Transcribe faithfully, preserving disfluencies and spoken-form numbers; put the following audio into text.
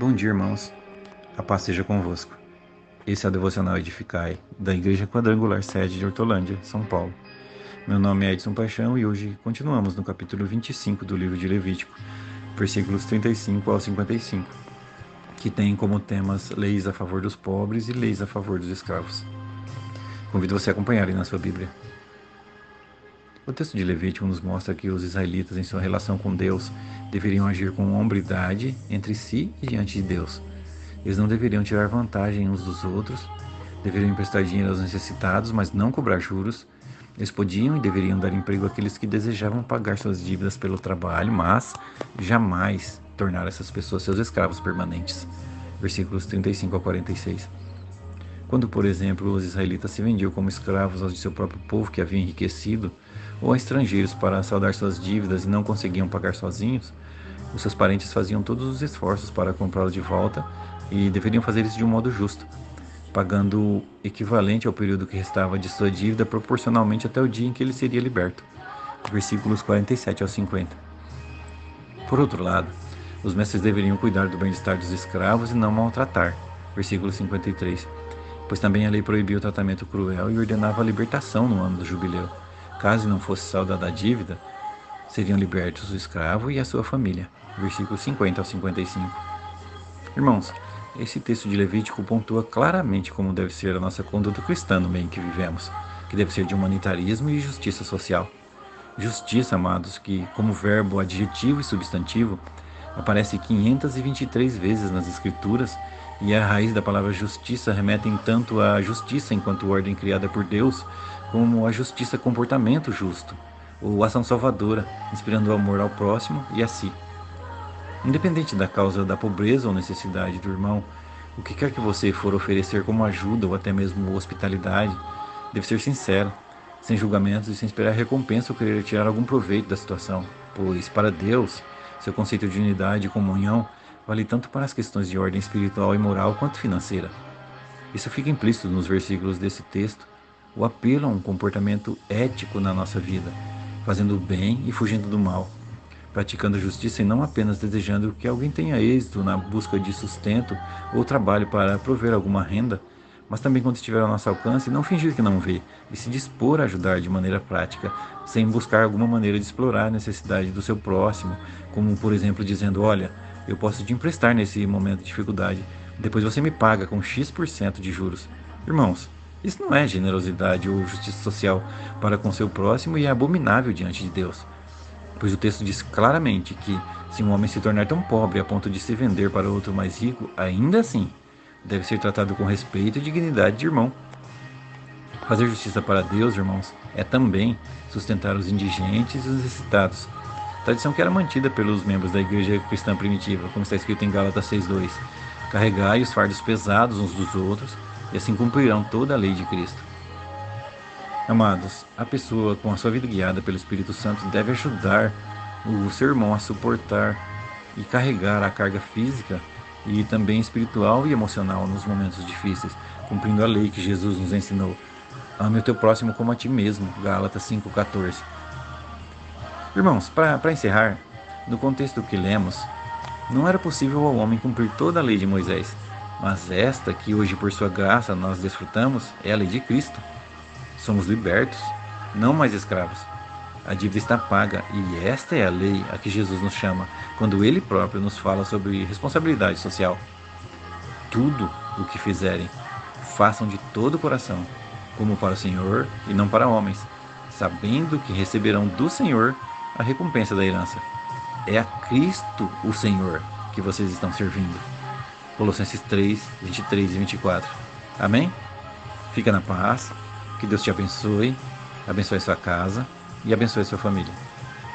Bom dia, irmãos. A paz seja convosco. Esse é o Devocional Edificai, da Igreja Quadrangular Sede de Hortolândia, São Paulo. Meu nome é Edson Paixão e hoje continuamos no capítulo vinte e cinco do livro de Levítico, versículos trinta e cinco ao cinquenta e cinco, que tem como temas leis a favor dos pobres e leis a favor dos escravos. Convido você a acompanhar aí na sua Bíblia. O texto de Levítico nos mostra que os israelitas, em sua relação com Deus, deveriam agir com hombridade entre si e diante de Deus. Eles não deveriam tirar vantagem uns dos outros, deveriam emprestar dinheiro aos necessitados, mas não cobrar juros. Eles podiam e deveriam dar emprego àqueles que desejavam pagar suas dívidas pelo trabalho, mas jamais tornar essas pessoas seus escravos permanentes. Versículos trinta e cinco a quarenta e seis. Quando, por exemplo, os israelitas se vendiam como escravos aos de seu próprio povo que havia enriquecido, ou a estrangeiros para saldar suas dívidas e não conseguiam pagar sozinhos, os seus parentes faziam todos os esforços para comprá-lo de volta e deveriam fazer isso de um modo justo, pagando o equivalente ao período que restava de sua dívida proporcionalmente até o dia em que ele seria liberto. Versículos quarenta e sete ao cinquenta. Por outro lado, os mestres deveriam cuidar do bem-estar dos escravos e não maltratar. Versículo cinquenta e três. Pois também a lei proibia o tratamento cruel e ordenava a libertação no ano do jubileu. Caso não fosse saldada a dívida, seriam libertos o escravo e a sua família. Versículos cinquenta ao cinquenta e cinco. Irmãos, esse texto de Levítico pontua claramente como deve ser a nossa conduta cristã no meio em que vivemos, que deve ser de humanitarismo e justiça social. Justiça, amados, que como verbo adjetivo e substantivo aparece quinhentas e vinte e três vezes nas Escrituras, e a raiz da palavra justiça remetem tanto à justiça enquanto ordem criada por Deus, como à justiça comportamento justo, ou ação salvadora, inspirando o amor ao próximo e a si. Independente da causa da pobreza ou necessidade do irmão, o que quer que você for oferecer como ajuda ou até mesmo hospitalidade, deve ser sincero, sem julgamentos e sem esperar recompensa ou querer tirar algum proveito da situação, pois, para Deus, seu conceito de unidade e comunhão vale tanto para as questões de ordem espiritual e moral quanto financeira. Isso fica implícito nos versículos desse texto, o apelo a um comportamento ético na nossa vida, fazendo o bem e fugindo do mal, praticando justiça e não apenas desejando que alguém tenha êxito na busca de sustento ou trabalho para prover alguma renda, mas também quando estiver ao nosso alcance, não fingir que não vê e se dispor a ajudar de maneira prática, sem buscar alguma maneira de explorar a necessidade do seu próximo, como por exemplo dizendo, olha, eu posso te emprestar nesse momento de dificuldade, depois você me paga com X por cento de juros. Irmãos, isso não é generosidade ou justiça social para com seu próximo e é abominável diante de Deus. Pois o texto diz claramente que, se um homem se tornar tão pobre a ponto de se vender para outro mais rico, ainda assim, deve ser tratado com respeito e dignidade de irmão. Fazer justiça para Deus, irmãos, é também sustentar os indigentes e os necessitados. Tradição que era mantida pelos membros da igreja cristã primitiva, como está escrito em Gálatas seis dois. Carregai os fardos pesados uns dos outros, e assim cumprirão toda a lei de Cristo. Amados, a pessoa com a sua vida guiada pelo Espírito Santo deve ajudar o seu irmão a suportar e carregar a carga física e também espiritual e emocional nos momentos difíceis, cumprindo a lei que Jesus nos ensinou. Ame o teu próximo como a ti mesmo, Gálatas cinco quatorze. Irmãos, para encerrar, no contexto que lemos, não era possível ao homem cumprir toda a lei de Moisés, mas esta que hoje por sua graça nós desfrutamos é a lei de Cristo. Somos libertos, não mais escravos. A dívida está paga e esta é a lei a que Jesus nos chama, quando Ele próprio nos fala sobre responsabilidade social. Tudo o que fizerem, façam de todo o coração, como para o Senhor e não para homens, sabendo que receberão do Senhor a recompensa da herança. É a Cristo o Senhor que vocês estão servindo. Colossenses três, vinte e três e vinte e quatro. Amém? Fica na paz, que Deus te abençoe, abençoe sua casa e abençoe sua família.